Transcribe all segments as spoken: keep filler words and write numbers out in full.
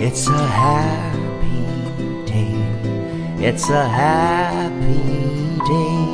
It's a happy day. It's a happy day.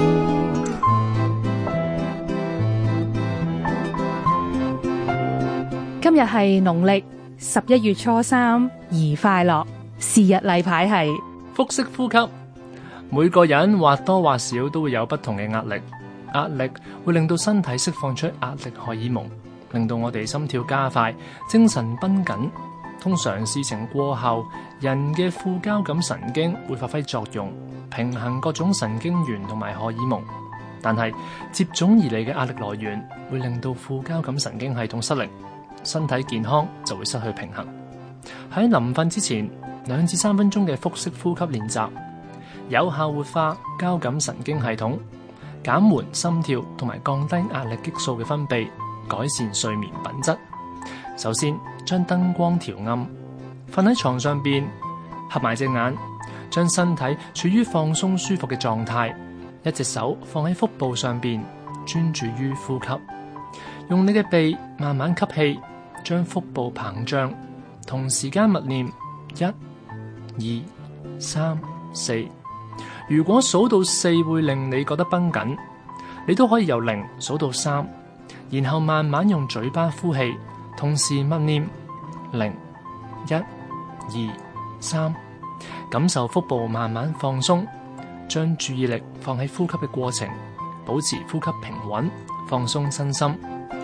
今日係農曆十一月初三，宜快樂。是日例牌係腹式呼吸。每個人或多或少都會有不同嘅壓力，壓力會令到身體釋放出壓力荷爾蒙，令到我哋心跳加快，精神繃緊。通常事情過後，人嘅副交感神經會發揮作用，平衡各種神經元同埋荷爾蒙。但係接踵而嚟嘅壓力來源會令到副交感神經系統失靈，身體健康就會失去平衡。喺臨瞓之前，兩至三分鐘嘅腹式呼吸練習，有效活化交感神經系統，減緩心跳同埋降低壓力激素嘅分泌，改善睡眠品質。首先，將燈光調暗，瞓喺床上邊，合埋隻眼，將身體處於放鬆舒服嘅狀態，一隻手放喺腹部上邊，專注於呼吸，用你嘅鼻慢慢吸氣，將腹部膨脹，同時間默念一、二、三、四。如果數到四會令你覺得繃緊，你都可以由零數到三，然後慢慢用嘴巴呼氣，同時默念零、一、二、三，感受腹部慢慢放鬆，將注意力放喺呼吸嘅過程，保持呼吸平穩，放鬆身心。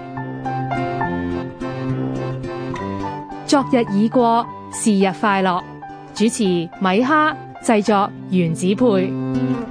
昨日已過，是日快樂。主持米哈，製作原子配。